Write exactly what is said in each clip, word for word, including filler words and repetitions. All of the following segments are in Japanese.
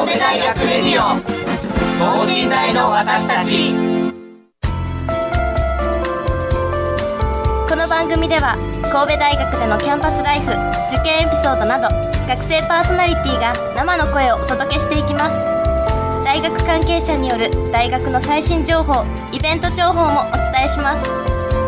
神戸大学レディオ等身大の私たち。 この番組では神戸大学でのキャンパスライフ、受験エピソードなど学生パーソナリティが生の声をお届けしていきます。大学関係者による大学の最新情報、イベント情報もお伝えします。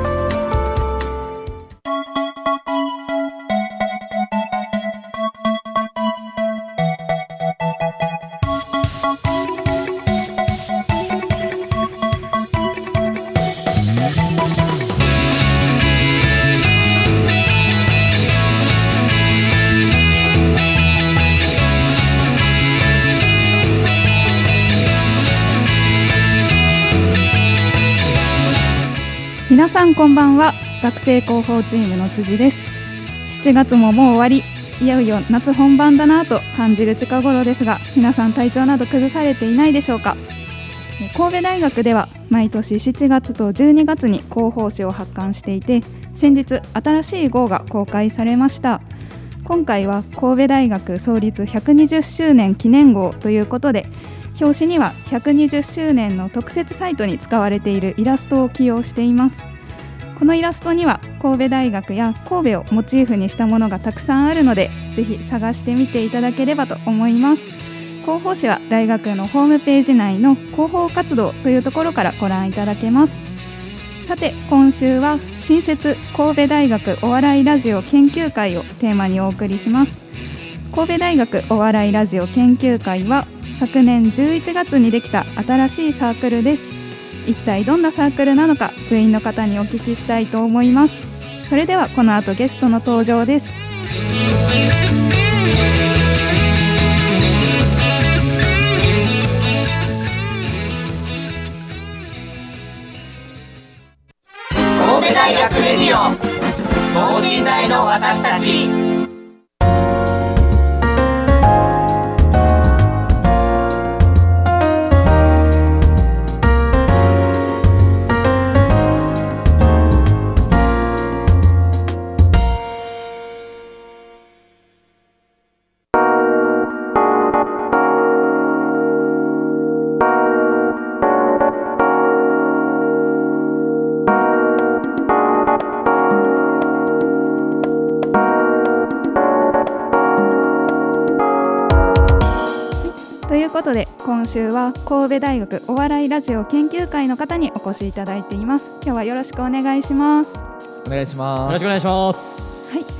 皆さんこんばんは。学生広報チームの辻です。しちがつももう終わり、いよいよ夏本番だなと感じる近頃ですが、皆さん体調など崩されていないでしょうか。神戸大学では毎年しちがつとじゅうにがつに広報誌を発刊していて、先日新しい号が公開されました。今回は神戸大学創立ひゃくにじゅっしゅうねん記念号ということで、表紙にはひゃくにじゅっしゅうねんの特設サイトに使われているイラストを起用しています。このイラストには神戸大学や神戸をモチーフにしたものがたくさんあるので、ぜひ探してみていただければと思います。広報誌は大学のホームページ内の広報活動というところからご覧いただけます。さて今週は新設神戸大学お笑いラジオ研究会をテーマにお送りします。神戸大学お笑いラジオ研究会は昨年じゅういちがつにできた新しいサークルです。一体どんなサークルなのか、部員の方にお聞きしたいと思います。それではこの後ゲストの登場です。 神戸大学レディオ等身大の私たち。 ということで今週は神戸大学お笑いラジオ研究会の方にお越しいただいています。今日はよろしくお願いします。 お願いします。 よろしくお願いします。 はい、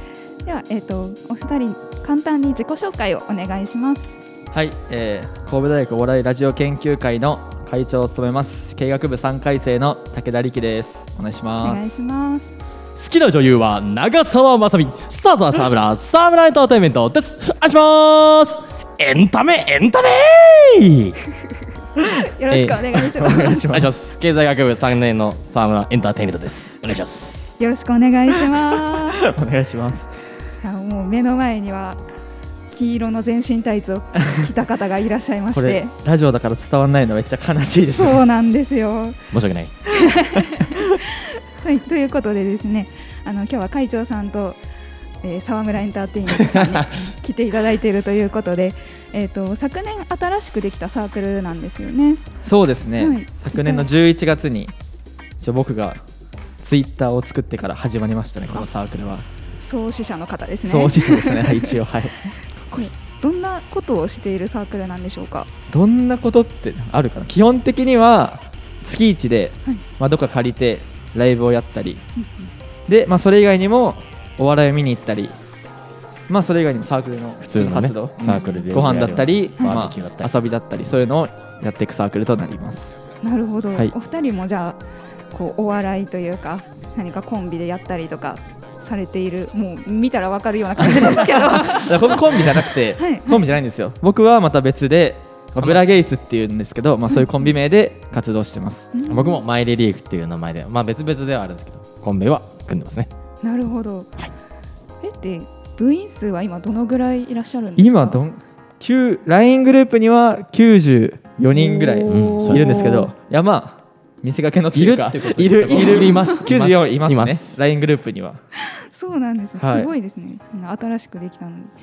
では、えーと、お二人簡単に自己紹介をお願いします。 はい、えー、神戸大学お笑いラジオ研究会の会長を務めます経学部さんかい生の武田力です。お願いします。 お願いします。 好きな女優は長澤まさみ、スターズは沢村沢村エンターテインメントです。お願いします。エンタメエンタメよろしくお願いします。 お願いします。経済学部さんねんの沢村エンターテインメントです。お願いします。 よろしくお願いします。 お願いします。 いやもう目の前には黄色の全身タイツを着た方がいらっしゃいましてこれラジオだから伝わらないのめっちゃ悲しいです、ね、 そうなんですよ。 申し訳ないはい、ということでですね、あの今日は会長さんとえー、沢村エンターテインメントさんに来ていただいているということでえと昨年新しくできたサークルなんですよね。 そうですね、はい、昨年のじゅういちがつに僕がツイッターを作ってから始まりましたね。このサークルは創始者の方ですね。 創始者ですね一応はいこれどんなことをしているサークルなんでしょうか。 どんなことってあるかな。基本的には月一で、はい、まあ、どっか借りてライブをやったり、うんうん、で、まあ、それ以外にもお笑いを見に行ったり、まあ、それ以外にもサークルの普通の活動、ね、サークルでご飯だったり、 はい、 まあ、遊びだったりそういうのをやっていくサークルとなります。 なるほど、 はい、 お二人もじゃあこうお笑いというか何かコンビでやったりとかされている、もう見たら分かるような感じですけど僕コンビじゃなくて、はい、コンビじゃないんですよ。僕はまた別でブラゲイツっていうんですけど、まあ、そういうコンビ名で活動してます、 うん、僕もマイレリーフっていう名前で、まあ、別々ではあるんですけどコンビは組んでますね。 なるほど、 はい、 えで部員数は今どのぐらいいらっしゃるんですか。 今どん ライン グループにはきゅうじゅうよにんぐらいいるんですけど、いやまあ見せかけのというかいるいるいますきゅうじゅうよんいますね。 ライン グループにはそうなんです、はい、すごいですね。そんな新しくできたのに。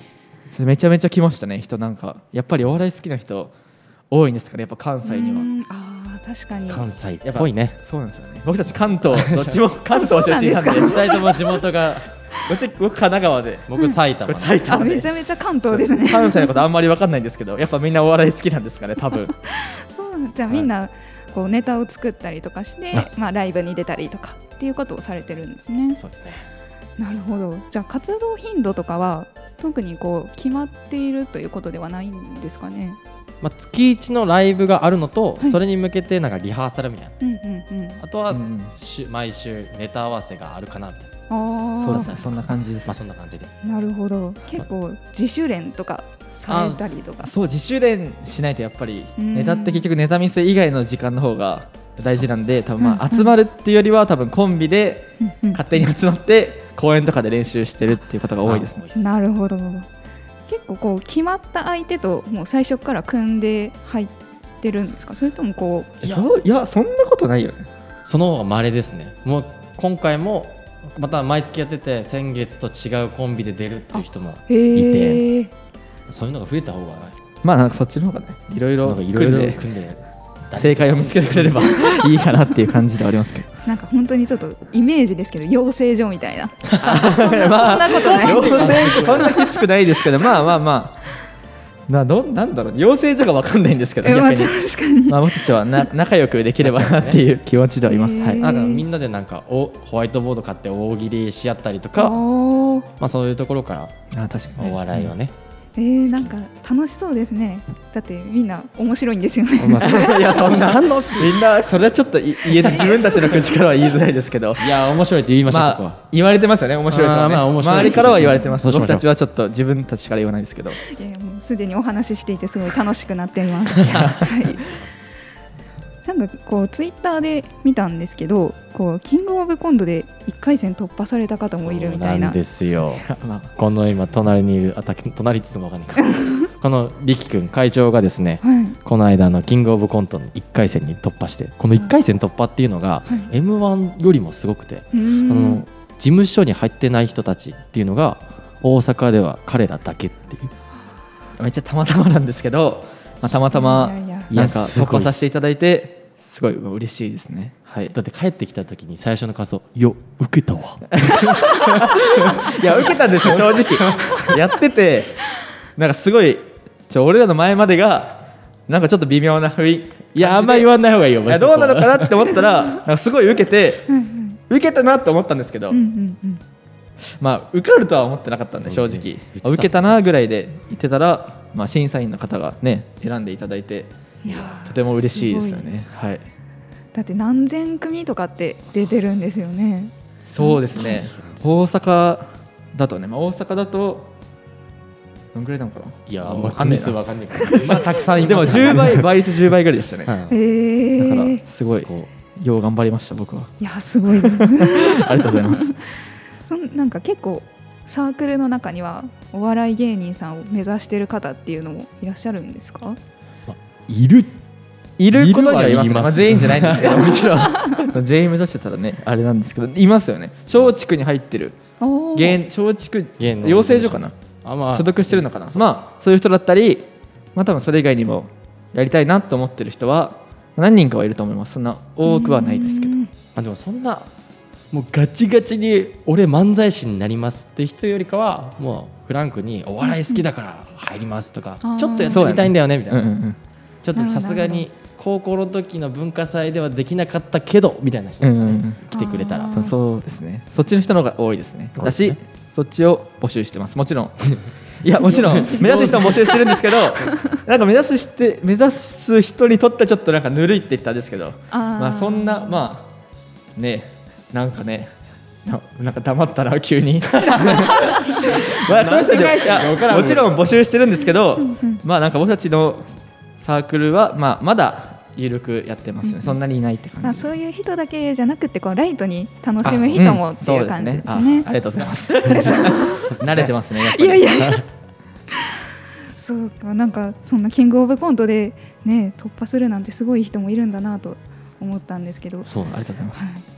めちゃめちゃ来ましたね人。なんかやっぱりお笑い好きな人多いんですかね、やっぱ関西には。 ああ確かに関西っぽいね。 そうなんですよね。僕たち関東どっちも関東出身なんで、 ふたりとも地元がこっち僕神奈川で、 僕埼玉これ埼玉で。 あめちゃめちゃ関東ですね。 関西のことあんまり分かんないんですけど、やっぱみんなお笑い好きなんですかね多分。 そうなんじゃあみんなこうネタを作ったりとかして、まあ、ライブに出たりとかっていうことをされてるんですね。 そうですね。 なるほど。じゃあ活動頻度とかは特にこう決まっているということではないんですかね。 まあ、月いちのライブがあるのと、 はいそれに向けてなんかリハーサルみたいな、 うんうんうん。 あとは、 うん週毎週ネタ合わせがあるかなみたいな、 あそうですね、そんな感じですまあ、。そんな感じで。 あ、なるほど。結構自主練とかされたりとか。 そう自主練しないとやっぱりうんネタって結局ネタ見せ以外の時間の方が大事なんで、多分まあうんうん集まるっていうよりは多分コンビでうんうん勝手に集まって公園とかで練習してるっていうことが多いですね。 あなるほど。結構こう決まった相手ともう最初から組んで入ってるんですか、それともこういやいやそんなことないよね。 その方が稀ですね。もう今回もまた毎月やってて、先月と違うコンビで出るっていう人もへーそういうのが増えた方がまあなんかそっちの方がねいろいろなんかいろいろ組んで組んで正解を見つけてくれればいいかなっていう感じではありますけど。 なんか本当にちょっとイメージですけど養成所みたいな。 まあそんなことない養成所そんなきつくないですけど、まあまあまあなどなんだろうね、養成所が分かんないんですけど、 えまあ逆に確かに。 まあ僕たちはな仲良くできればなっていう気持ちではいます。 へーはい。 なんかみんなでなんかおホワイトボード買って大喜利し合ったりとか、 おーまあ、そういうところからあ確かにお笑いをね、 えー、なんか楽しそうですね。だってみんな面白いんですよね。 まあいやそんなみんなそれはちょっとい言え自分たちの口からは言いづらいですけど、 いや面白いって言いましょう、 ま僕はあ言われてますよね、面白いとはね、 あーまあ面白い周りからは言われてます。 そうしましょう僕たちはちょっと自分たちから言わないですけど。 いやいやもうすでにお話ししていてすごい楽しくなっています。はい。なんかこうツイッターで見たんですけど、こうキングオブコントでいっかい戦突破された方もいるみたいな。 そうなんですよ。 まあこの今隣にいるあた隣って言ってもわかんないかこの力くん会長がですね、 はい。 この間のキングオブコントのいっかい戦に突破して、このいっかい戦突破っていうのが、 はいエムワン よりもすごくて、 うあーんの事務所に入ってない人たちっていうのが大阪では彼らだけっていう。 めっちゃたまたまなんですけど、まあ、たまたまいやいやなんかいやすごい突破させていただいてすごい嬉しいですね。はい。 だって帰ってきた時に最初の感想、よ受けたわいや受けたんですよ正直。やっててなんかすごいちょ俺らの前までがなんかちょっと微妙な雰囲気。 いやあんま言わない方がいいよ。 いやどうなのかなって思ったらなんかすごい受けてうんうん受けたなって思ったんですけど、 うんうんうん。 まあ受かるとは思ってなかったんで正直、 うん言ってたあ受けたなぐらいで言ってたら、まあ、審査員の方がね選んでいただいていやーとても嬉しいですよごいね。はい。 だって何千組とかって出てるんですよね。 そうですね。大阪だとね、まあ、大阪だとどんぐらいなのかな。 いやあもう組わかんないな数わかんないからまあたくさんいますでもじゅうばい倍率じゅうばいぐらいでしたね。 うんへだからえ。 すごいよう頑張りました僕は。 いやすごい。 ありがとうございます。 そんなんか結構サークルの中にはお笑い芸人さんを目指してる方っていうのもいらっしゃるんですか？ いるいることにはいますね。 いるはいりますまあ、全員じゃないんですけどもちろん全員目指してたらねあれなんですけどいますよね。松竹に入ってるおー芸松竹芸能養成所かなあ、まあ、 所属してるのかな。まあそういう人だったり、まあ多分それ以外にもやりたいなと思ってる人は何人かはいると思います。そんな多くはないですけど。 うんあでもそんなもうガチガチに俺漫才師になりますって人よりかはもうフランクにお笑い好きだから入りますとか、 うんちょっとやってみたいんだよねみたいな、 うんうんうんちょっとさすがに高校の時の文化祭ではできなかったけどみたいな人がね、 うんうんうん来てくれたらあーそうそうですね。そっちの人の方が多いですね。だし、そっちを募集してます。もちろん。いやもちろん目指す人も募集してるんですけど、なんか目指すして目指す人にとってはちょっとなんかぬるいって言ったんですけど、 あーまあそんなまあねなんかね。ななんか黙ったら急にまあそういう人でいやもちろん募集してるんですけど、まあなんか僕たちのサークルはまあまだ緩くやってますね。そんなにいないって感じまあ、 です。 そういう人だけじゃなくてこうライトに楽しむ人もっていう感じですあね。 ありがとうございます。慣れてますね。やっぱりいやいやいやそうか、なんかそんなキングオブコントでね突破するなんてすごい人もいるんだなと思ったんですけど、 そうありがとうございます。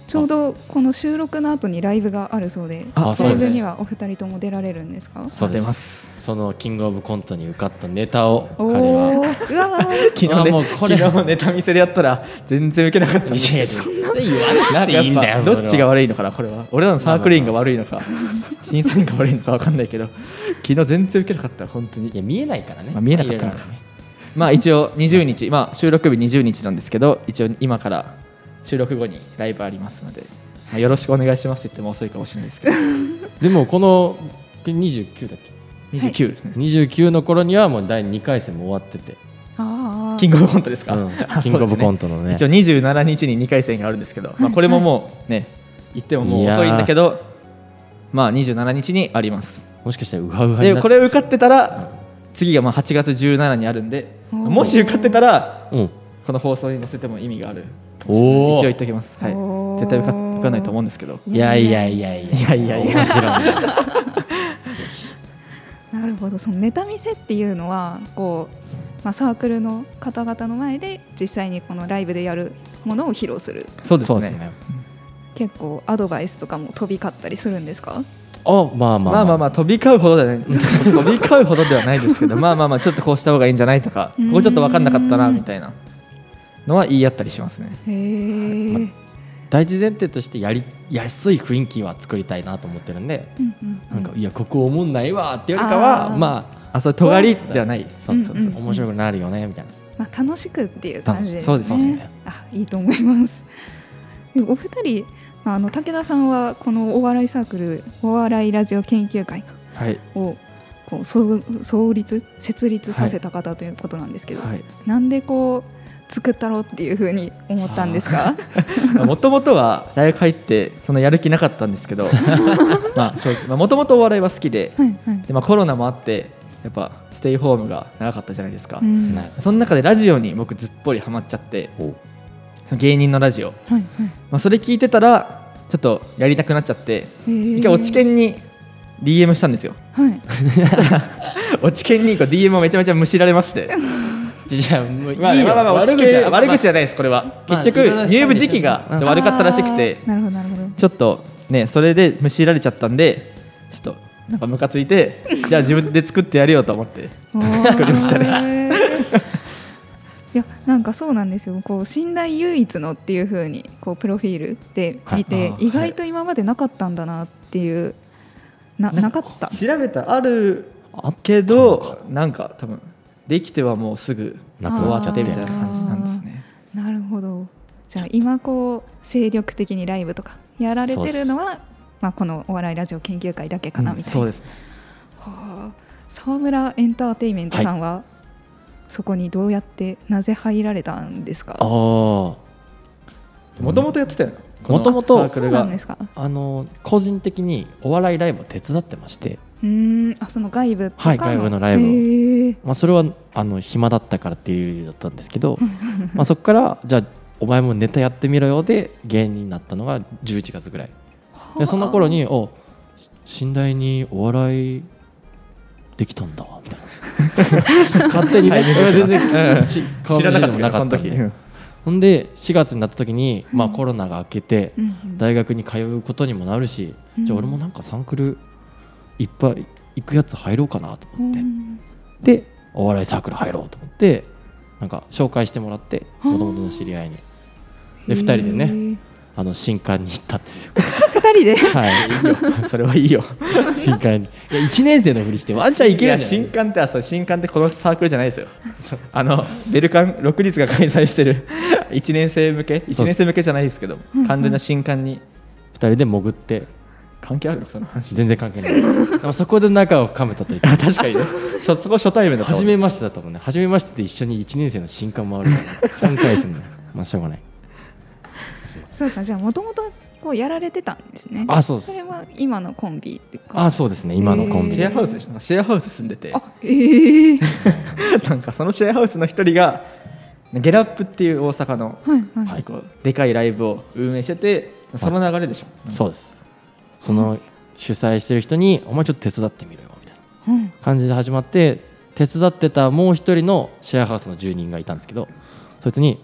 ちょうどこの収録の後にライブがあるそうで、 あライブにはお二人とも出られるんですか？ そう出でますす。 そのキングオブコントに受かったネタをお彼はーうわー昨日あねもうこれ昨日ネタ見せでやったら全然受けなかったんですけど、 そんな言わなくていいんだよ。 なんかやっぱどっちが悪いのかな、これは俺らのサークル員が悪いのか審査員が悪いのか分かんないけど、昨日全然受けなかった本当に。 いや見えないからね、 まあ見えなかったのか入れないまあ一応にじゅうにち、まあ、収録日にじゅうにちなんですけど、一応今から収録後にライブありますので、まあ、よろしくお願いしますって言っても遅いかもしれないですけどでもこのにじゅうきゅうだっけ、 にじゅうきゅうですね、 にじゅうきゅうの頃にはもうだいにかい戦も終わってて、 あーキングオブコントですか、 うんあキングオブコントトのね一応にじゅうしちにちににかい戦があるんですけど、まあ、これももうね言ってももう遅いんだけど、まあにじゅうしちにちにあります。 もしかしたらウハウハになってでこれ受かってたら次がまあはちがつじゅうしちにちにあるんで、 おーもし受かってたらうんこの放送に載せても意味があるかもしれない。 おー一応言っておきます、はい、 おー絶対受か受かんないと思うんですけど、 いやいやいやいやいやいやいや面白いなるほど。そのネタ見せっていうのはこう、まあ、サークルの方々の前で実際にこのライブでやるものを披露する。 そうですねそうですね。 結構アドバイスとかも飛び交ったりするんですか？ あまあまあまあまあまあ飛び交うほどではない飛び交うほどではないですけどまあまあまあちょっとこうした方がいいんじゃないとか、ここちょっと分かんなかったなみたいなのは言い合ったりしますね。 へー大事前提としてやりやすい雰囲気は作りたいなと思ってるんで、 うんうんうんなんかいやここおもんないわってよりかはあーまああ、そう尖りではない。 そうそうそう、 うんうん面白くなるよねみたいな。 まあ、楽しくっていう感じですね。 そうですねあ、いいと思います。でお二人、まあ、あの武田さんはこのお笑いサークルお笑いラジオ研究会はいをこう創創立設立させた方ということなんですけど、 はい。 なんでこう作ったろうっていうふうに思ったんですか？ もともとは大学入ってそのやる気なかったんですけどまあ正直もともとお笑いは好きで、 はいはい。 でまあコロナもあってやっぱステイホームが長かったじゃないですか。 うんなはいその中でラジオに僕ずっぽりハマっちゃって、 お芸人のラジオ、 はい。 まあ、それ聞いてたらちょっとやりたくなっちゃってへー一回落ち研に ディーエム したんですよ。 はい。 落ち研にこう ディーエム をめちゃめちゃむしられましてじゃあもういいよ、 まあまあまあまあ悪悪口は口悪口じゃないですこれは。 まあ結局いろんな入部時期がちょっと悪かったらしくてあーなるほどなるほど。 ちょっとねそれでむしられちゃったんでちょっとなんかムカついてじゃあ自分で作ってやるよと思って作りましたね。 ね。いやなんかそうなんですよ。こう信頼唯一のっていう風にこうプロフィールで見て、 はいあー意外と今までなかったんだなっていうななかった。 調べたらあるあけどなんか多分できてはもうすぐなく終わっちゃってなっちゃってみたいな感じなんですね。 なるほど。じゃあ今こう精力的にライブとかやられてるのはまあこのお笑いラジオ研究会だけかなみたいな。 そうです。 はあ、沢村エンターテインメントさんは、そこにどうやってなぜ入られたんですか？ あーもともとやってたよね。 もともとこのサークルがそうなんですか？ あの個人的にお笑いライブを手伝ってまして、 うーん、あその外部とかはい外部のライブをへーまあ、それはあの暇だったからっていう理由だったんですけどまあそこからじゃあお前もネタやってみろよで芸人になったのがじゅういちがつぐらいで、その頃にお寝台にお笑いできたんだみたいな勝手にね、 はい俺は全然うんし知らなかったけど顔見知りもなかその時。 ったんで、ほんでしがつになった時に、まあ、コロナが明けてうんうん大学に通うことにもなるし、 うんじゃあ俺もなんかサンクルいっぱい行くやつ入ろうかなとう思って、 んでお笑いサークル入ろうと思ってなんか紹介してもらってはあもともとの知り合いにでふたりでねへーあの新刊に行ったんですよふたりではいいいよそれはいいよ。 新刊にいやいちねん生のふりしてワンチャンいけるんじゃない新刊ってあそう新刊ってこのサークルじゃないですよ。あのベルカン六立が開催してるいちねん生向けいちねん生向けじゃないですけどうん完全な新刊にふたりで潜って関係あるのその話。 全然関係ないですでもそこで仲を深めたと言ってあ確かにね。そそこ初対面だったもん。 初めましてだったもんね初めましてで一緒にいちねん生の新刊もあるからさんかいすんだよまあしょうがないそうか、じゃあもともとこうやられてたんですね。 あそうですそれは今のコンビっていうか。 あそうですね今のコンビシェアハウスでしょ。シェアハウス住んでてあ、ええなんかそのシェアハウスの一人がゲラップっていう大阪のはいはい。 こうでかいライブを運営しててその流れでしょ。 そうですその主催してる人にお前ちょっと手伝ってみろよみたいなうん感じで始まって手伝ってたもう一人のシェアハウスの住人がいたんですけどそいつに「お前やらへん? 」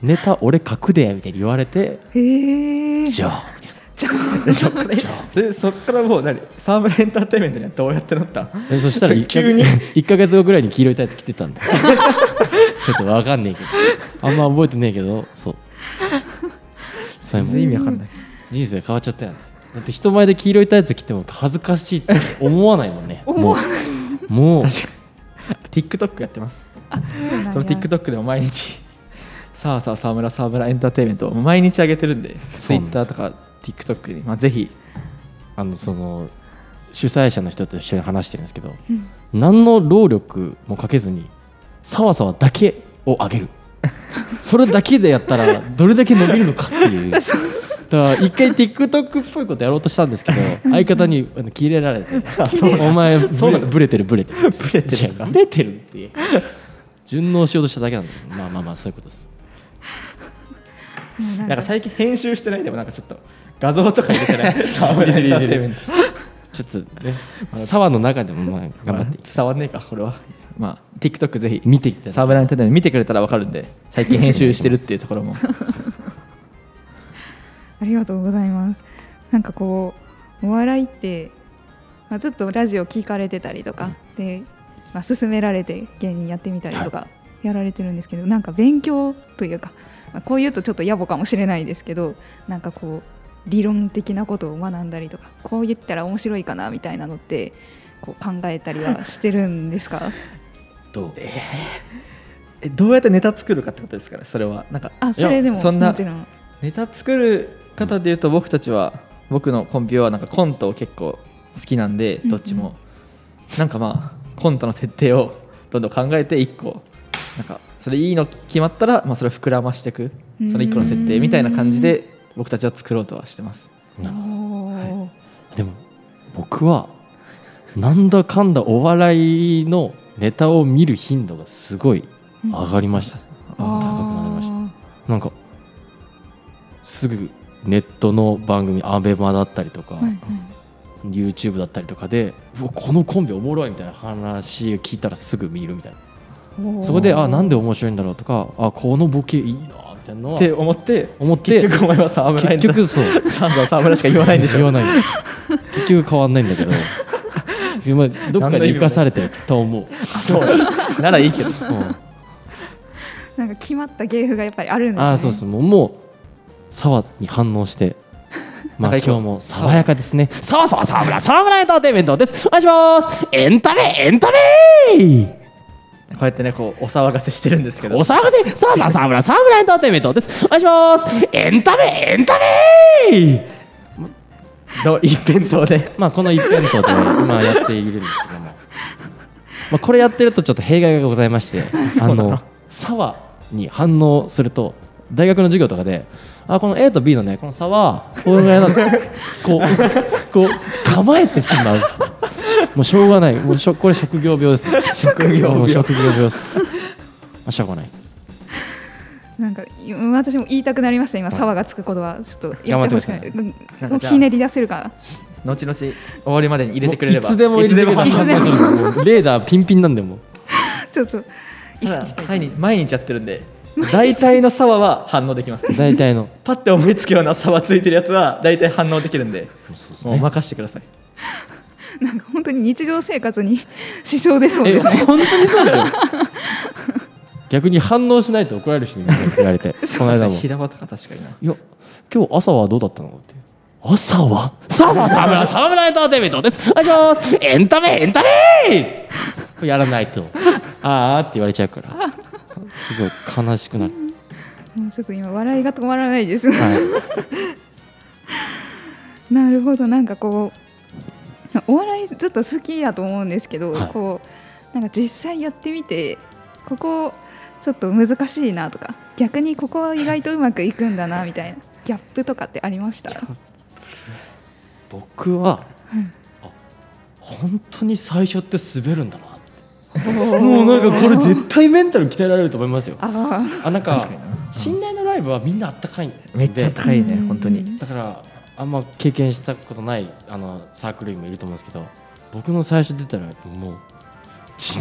ネタ俺書くでみたいに言われて、 へえ。 じゃあみたいな。 じゃでそっからでそっからもう何沢村エンターテインメントにはどうやって乗ったん？ えそしたら急にいっかげつごぐらいに黄色いタイツ着てたんでちょっとわかんねえけどあんま覚えてねえけどそうそれも全然意味わかんない。 人生変わっちゃったよね。だって人前で黄色いタイツ着ても恥ずかしいって思わないもんね思わもうもう TikTok やってます。 あ、そうなんや。 その TikTok でも毎日さあさあ沢村沢村エンターテインメントを毎日上げてるんで、 そうなんです Twitter とか TikTok に、まあ、ぜひあのその主催者の人と一緒に話してるんですけど、 うん何の労力もかけずにさわさわだけを上げるそれだけでやったらどれだけ伸びるのかっていうだから一回 TikTok っぽいことやろうとしたんですけど相方にあのキレられてお前ブレブレてるブレてるブレてるいやブレてるって順応しようとしただけなんだよ。まあまあまあそういうことです。 もうなんかなんか最近編集してないでもなんかちょっと画像とか入れてない沢村エンターテインメントちょっとね沢の中でもまあ頑張って伝わんねえかこれは。まあ TikTok ぜひ見ていって沢村エンターテインメント見てくれたら分かるんで、最近編集してるっていうところもありがとうございます。なんかこうお笑いって、まあ、ずっとラジオ聞かれてたりとかで、まあ、勧められて芸人やってみたりとかやられてるんですけど、なんか勉強というか、まあ、こう言うとちょっと野暮かもしれないですけど、なんかこう理論的なことを学んだりとか、こう言ったら面白いかなみたいなのってこう考えたりはしてるんですか？ どうえどうやってネタ作るかってことですかね。それはなんかあ、それでもそんなもちろん。 ネタ作る方でいうと、僕たちは僕のコンビはなんかコントを結構好きなんで、どっちも、うん、なんかまあコントの設定をどんどん考えていっこなんかそれいいの決まったら、まあ、それを膨らましていく、そのいっこの設定みたいな感じで僕たちは作ろうとはしてます。 なるほど、はい、でも僕はなんだかんだお笑いのネタを見る頻度がすごい上がりました、うん、高くなりました。なんかすぐネットの番組アベマだったりとか、はいはい、YouTube だったりとかでうわこのコンビおもろいみたいな話を聞いたらすぐ見るみたいな、そこであなんで面白いんだろうとか、あこのボケいいなみたいなのはって思って思って結局お前は沢村結局そう沢村しか言わないんでしょ。 言わない結局変わんないんだけどどっかで生かされてると思う。 そうならいいけど、うん、 なんか決まった芸風がやっぱりあるんですね。 あそうそうもうもう沢に反応してまあ今日も爽やかですね。沢沢沢村沢村エンターテインメントです。お願いします。エンタメエンタメこうやってねこうお騒がせしてるんですけど、 お騒がせ沢沢沢村沢村エンターテインメントです。お願いします。エンタメエンタメの一辺倒でまあこの一辺倒で今やっているんですけども、まあこれやってるとちょっと弊害がございまして、あの沢に反応すると大学の授業とかであこの A と B のねこの差はこれぐらいなのこうこう構えてしまう。もうしょうがない。もうしょこれ職業病ですね。 職業病。 職業病です。まあしょうがない。 なんか私も言いたくなりました今。沢がつくことはちょっとやってほしくない。 頑もうひねり出せるかな。後々終わりまでに入れてくれればいつでも入れてくれる。レーダーピンピンなんでも。 ちょっと意識したい。 毎日やってるんで。大体の沢は反応できます。 大体のパッて思いつくような沢ついてるやつは大体反応できるんで、もう任せてください。 なんか本当に日常生活に支障出そうですね。 本当にそうですよ。逆に反応しないと怒られる人に言われてこの間も平場とか確かにな。いや今日朝はどうだったのって朝はさあさあ沢村沢村エンターテインメントです。お願いします。エンタメエンタメやらないとあーって言われちゃうからすごい悲しくなる。 もうちょっと今笑いが止まらないです、 はい、 なるほど。なんかこうお笑いずっと好きやと思うんですけど、はい、こうなんか実際やってみてここちょっと難しいなとか逆にここは意外とうまくいくんだなみたいなギャップとかってありました？ 僕は、うん、あ本当に最初って滑るんだなもうなんかこれ絶対メンタル鍛えられると思いますよ。ああなんか信頼のライブはみんなあったかいんでめっちゃあったかいね本当に。 だからあんま経験したことないあのサークルにもいると思うんですけど僕の最初出たらもうチン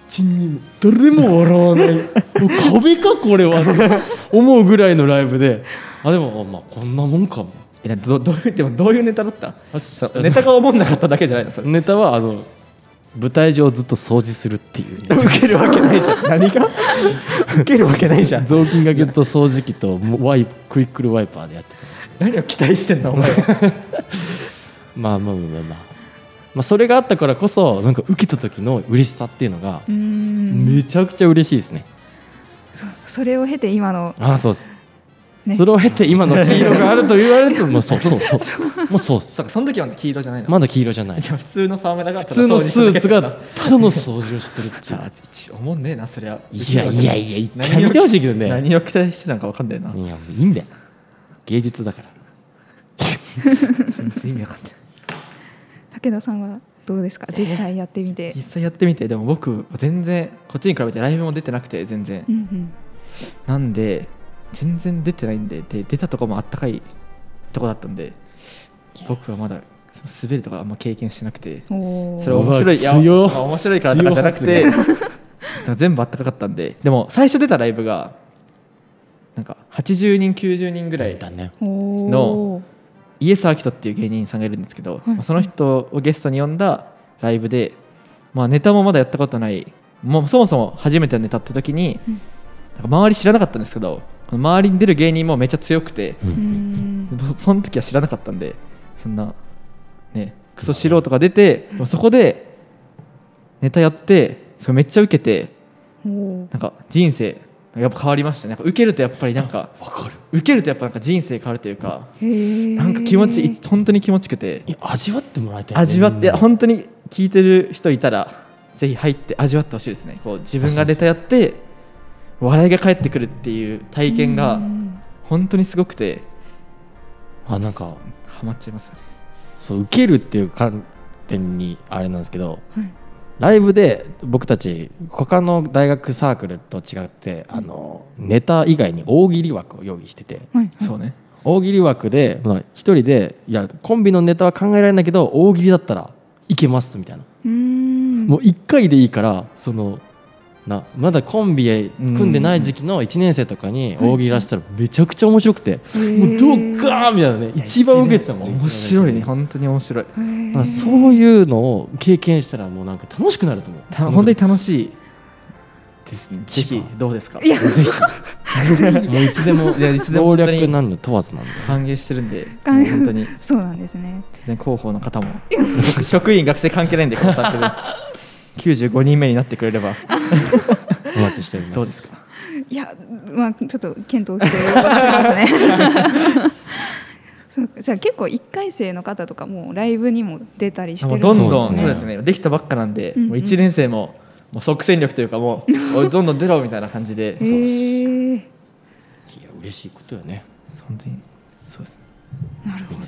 ちに誰も笑わないもう壁かこれはって思うぐらいのライブで、あでもまあこんなもんかも。 えどどういうでもどういうネタだった？ あそうネタが思んなかっただけじゃないのそれ。 ネタはあの舞台上をずっと掃除するっていう受けるわけないじゃん。何が受けるわけないじゃん。 雑巾がけと掃除機とワイクイックルワイパーでやってた。 何を期待してんのお前は。 まあまあまあまあ、まあ、それがあったからこそなんか受けた時の嬉しさっていうのがうーんめちゃくちゃ嬉しいですね。 そそれを経て今の、 ああそうです、 ね、 それを経て今の黄色があると言われるともうそうそうそうもうそうっす。 そうかその時は黄色じゃないの。 まだ黄色じゃない。 じゃあ普通の沢村が普通のスーツがただの掃除をしてるってじいうゃあ一応思んねえなそりゃ。 いやいやいや一回何を見てほしいけどね。 何を期待してたのか分かんないな。 いやもういいんだよ芸術だから全然意味分かんない。 武田さんはどうですか、実際やってみて。 実際やってみてでも僕全然こっちに比べてライブも出てなくて全然、 うんうん、 なんで全然出てないんで、で出たとこもあったかいとこだったんで僕はまだ滑るとかあんま経験してなくて、 おーそれ面白い、いや強まあ面白いからとかじゃなくて全部あったかかったんで。でも最初出たライブがなんかはちじゅうにんきゅうじゅうにんぐらいだね。 おーのイエス・アキトっていう芸人さんがいるんですけど、 はいまあその人をゲストに呼んだライブで、まあ、ネタもまだやったことない、もうそもそも初めてのネタって時に、 うんなんか周り知らなかったんですけど、この周りに出る芸人もめっちゃ強くて、 ううんんその時は知らなかったんで、そんなねクソ素人が出て、でもそこでネタやってそれめっちゃウケて、 おーなんか人生やっぱ変わりましたね。なんか受けるとやっぱりなんかわかる。 受けるとやっぱなんか人生変わるというか、 へーなんか気持ちいい本当に気持ちよくて、 いや味わってもらいたいね。 味わって、 みんな本当に聞いてる人いたらぜひ入って味わってほしいですね。こう自分がネタやって笑いが返ってくるっていう体験がうん本当にすごくて、 あなんかハマっちゃいますよね。 そう受けるっていう観点にあれなんですけど、 はいライブで僕たち他の大学サークルと違ってあのネタ以外に大喜利枠を用意してて、 はいそうね。 大喜利枠でまあ一人でいやコンビのネタは考えられないけど大喜利だったらいけますみたいな、 うーんもういっかいでいいからそのなまだコンビへ組んでない時期のいちねん生とかに大喜利出したらめちゃくちゃ面白くて、もうどうかーみたいなね、一番受けてたもん。 面白いね、本当に面白い。 へーまあそういうのを経験したらもうなんか楽しくなると思う。 た本当に楽しいですね。ぜ一ひ番どうですか。 いやぜひもういつでもいやいつでも能本当に力なんで問わずなんで。 歓迎してるんで、 歓迎もう本当にそうなんですね。 全然広報の方も僕職員学生関係ないんでこのサークルきゅうじゅうごにんめになってくれればお待ちしております。 どうですか。 いや、まあちょっと検討してますね。そうか、じゃあ結構いっかい生の方とかもうライブにも出たりしてもるうんどんどんそうですねそうですね。できたばっかなんで、 うんうんもういちねん生ももう即戦力というかもうおいどんどん出ろみたいな感じで、 へそうーいや嬉しいことよね。 本当にそうです。 なるほ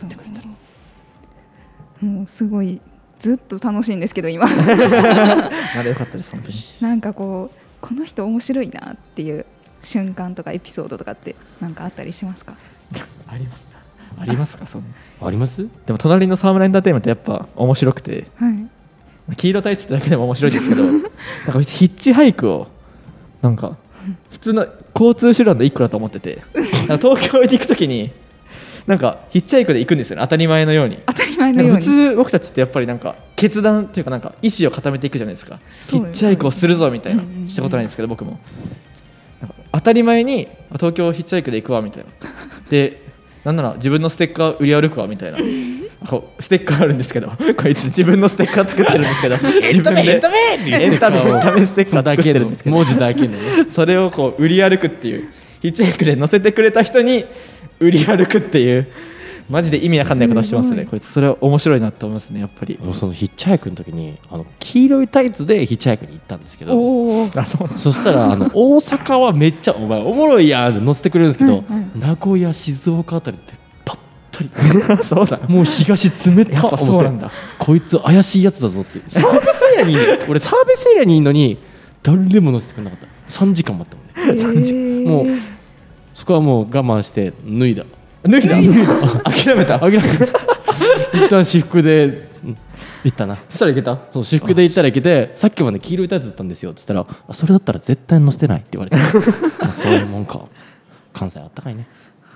ど。もうすごいずっと楽しいんですけど今まだ良かったです本当に。 なんかこうこの人面白いなっていう瞬間とかエピソードとかってなんかあったりしますか？ ありますありますかそんな。 あります？ でも隣の沢村エンターテインメントやっぱ面白くて、 はい。 黄色タイツってだけでも面白いんですけどなんかヒッチハイクをなんか普通の交通手段の一個だと思ってて、なんか東京に行くときになんかヒッチハイクで行くんですよね、当たり前のように。 当たり前のなんように。 か普通僕たちってやっぱりなんか決断っていうかなんか意思を固めていくじゃないですか。 そうですヒッチハイクをするぞみたいなうんうんうんしたことないんですけど僕もなんか当たり前に東京ヒッチハイクで行くわみたいなでなんなら自分のステッカー売り歩くわみたいなこうステッカーあるんですけどこいつ自分のステッカー作ってるんですけど自分でエンタメエンタメエンタメステッカー作ってるんですけど文字だけのね。 それをこう売り歩くっていうヒッチハイクで乗せてくれた人に売り歩くっていうマジで意味わかんないことをしてますね。こいつそれは面白いなと思いますねやっぱり。 もうそのヒッチハイクの時にあの黄色いタイツでヒッチハイクに行ったんですけど、 おお。 あそうなんそしたらあの大阪はめっちゃお前おもろいやんって乗せてくれるんですけど、 うんうん名古屋静岡あたりってぱったりそうだもう東冷たやっぱそうなんだ。 こいつ怪しいやつだぞってサービスエリアにいる俺サービスエリアにいるのに誰も乗せてくれなかった。さんじかん待ったもんね。 さんじもうそこはもう我慢して脱いだ脱いだ諦めたあげな一旦私服でうん行ったな。 そしたらいけた？ そう私服で行ったら行けて、さっきまで黄色いタイツだったんですよって言ったら、それだったら絶対乗せてないって言われてあそういうもんか。関西あったかいね。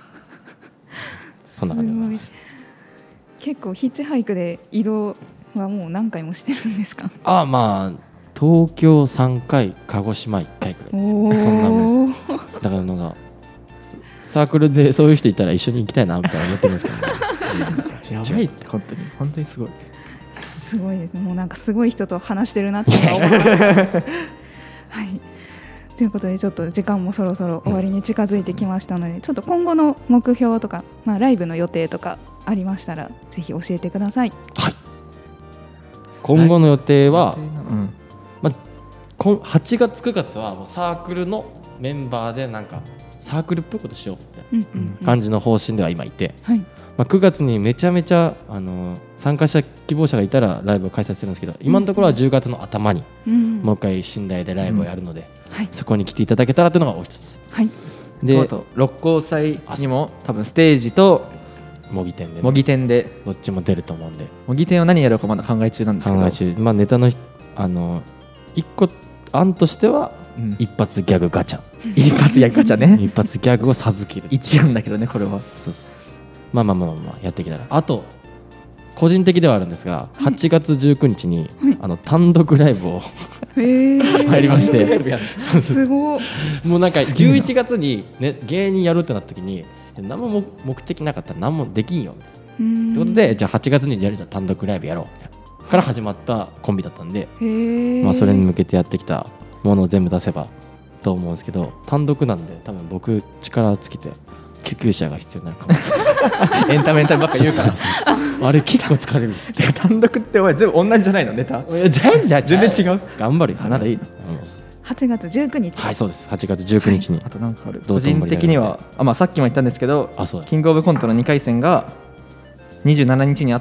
そんな感じでございます。 結構ヒッチハイクで移動はもう何回もしてるんですか？ ああ、まあ東京さんかい、鹿児島いっかいくらいです。そんなもんです。だからなんかサークルでそういう人いたら一緒に行きたいなみたいな思ってるんですけど、ね、 やばいって本当に本当にすごい。 すごいです。もうなんかすごい人と話してるなって思いました。はい。ということでちょっと時間もそろそろ終わりに近づいてきましたので、うん、ちょっと今後の目標とか、まあ、ライブの予定とかありましたらぜひ教えてください。 はい。今後の予定は、 うんまあ、はちがつくがつはもうサークルのメンバーでなんかサークルっぽいことしようみたいな感じの方針では今いて、 はい、 まあ、くがつにめちゃめちゃあの参加者希望者がいたらライブを開催するんですけど、今のところはじゅうがつの頭にもう一回寝台でライブをやるので、うんはい、そこに来ていただけたらというのがお一つ、 はい、 であと六甲祭にも多分ステージと模擬店で、ね、 模擬店でどっちも出ると思うんで、 模擬店を何やろうかまだ考え中なんですけど、 考え中、まあ、ネタのあのいっこ案としては、うん、一発ギャグガチャ一発ギャグガチャね一発ギャグを授ける一案だけどねこれは。 そうそう、まあまあまあまあやっていけたら。あと個人的ではあるんですが、はちがつじゅうくにちに、はい、あの単独ライブを入りましてすごい。 もうなんかじゅういちがつに、ね、芸人やるってなった時に何も目的なかったら何もできんよみたいなってことで、じゃあはちがつにやるじゃん単独ライブやろうみたいなから始まったコンビだったんで、まあ、それに向けてやってきたものを全部出せばと思うんですけど、単独なんで多分僕力尽きて救急車が必要になるかもエンタメエンタメばっかり言うからあれ結構疲れるんですよ単独ってお前全部同じじゃないのネタ？ 全然全然違う。 頑張るよ。 ならいいの。 はちがつじゅうくにち。 はい、そうです。はちがつじゅうくにちに、はい、 あとなんかある。個人的にはあ、まあ、さっきも言ったんですけど、 あ、そうだ、 キングオブコントのにかい戦がにじゅうしちにちにあって、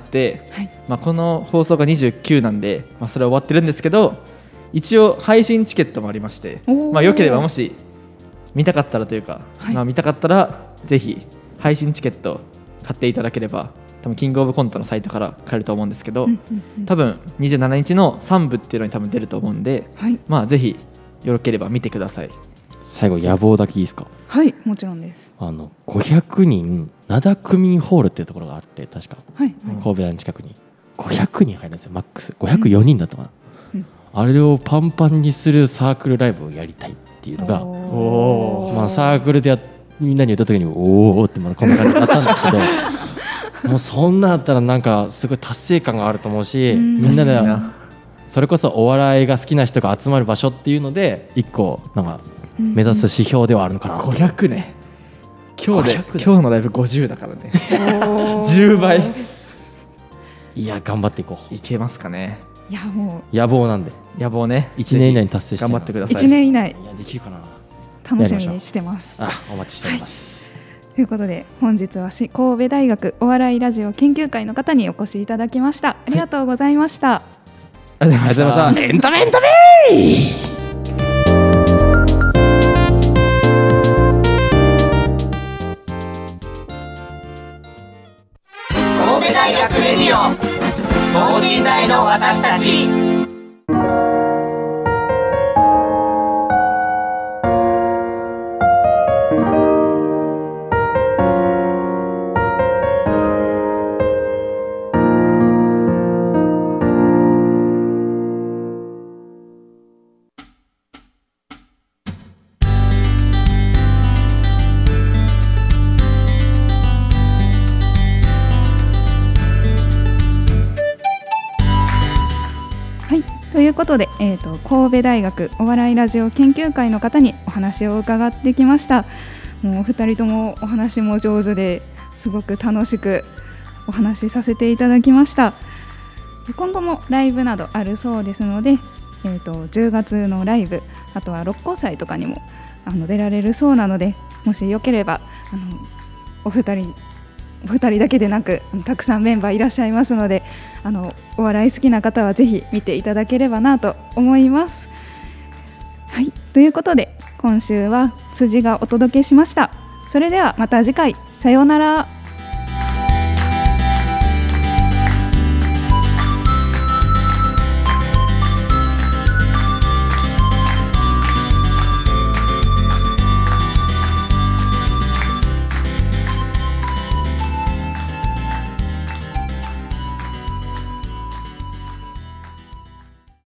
はい、まあ、この放送がにじゅうくなんで、まあ、それは終わってるんですけど、一応配信チケットもありまして、まあ、よければもし見たかったらというか、はい、まあ、見たかったらぜひ配信チケット買っていただければ、多分キングオブコントのサイトから買えると思うんですけど、うんうんうん、多分にじゅうしちにちのさんぶっていうのに多分出ると思うんで、はい、まあ、ぜひよければ見てください。 最後野望だけいいですか？ はい、もちろんです。 あのごひゃくにん灘区民ホールっていうところがあって、確か、はい、神戸の近くにごひゃくにん入るんですよ。マックスごひゃくよにんだったかな、うんうん、あれをパンパンにするサークルライブをやりたいっていうのが、お、まあ、サークルでやみんなに言った時におおってまだこんな感じだったんですけどもうそんなだったらなんかすごい達成感があると思うし、みんなでそれこそお笑いが好きな人が集まる場所っていうので一個なんか目指す指標ではあるのかな。 ごひゃくね、今日で今日のライブごじゅうだからねじゅうばい。 いや頑張っていこう。 いけますかね。 いやもう野望なんで、 野望ね、 いちねん以内に達成して頑張ってください。 いちねん以内、 いやできるかな。 楽しみにしてます。 あ、お待ちしております、 はい、ということで本日は神戸大学お笑いラジオ研究会の方にお越しいただきました。ありがとうございました、はい、 ありがとうございました。 エンタメエンタメ神戸大学レディオ等身大の私たち。 ということで、えーと、神戸大学お笑いラジオ研究会の方にお話を伺ってきました。もうお二人ともお話も上手ですごく楽しくお話しさせていただきました。今後もライブなどあるそうですので、えーと、じゅうがつのライブ、あとは六甲祭とかにもあの出られるそうなので、もしよければあのお二人お二人だけでなくたくさんメンバーいらっしゃいますので、あのお笑い好きな方はぜひ見ていただければなと思います。はい、ということで今週は辻がお届けしました。それではまた次回、さようなら。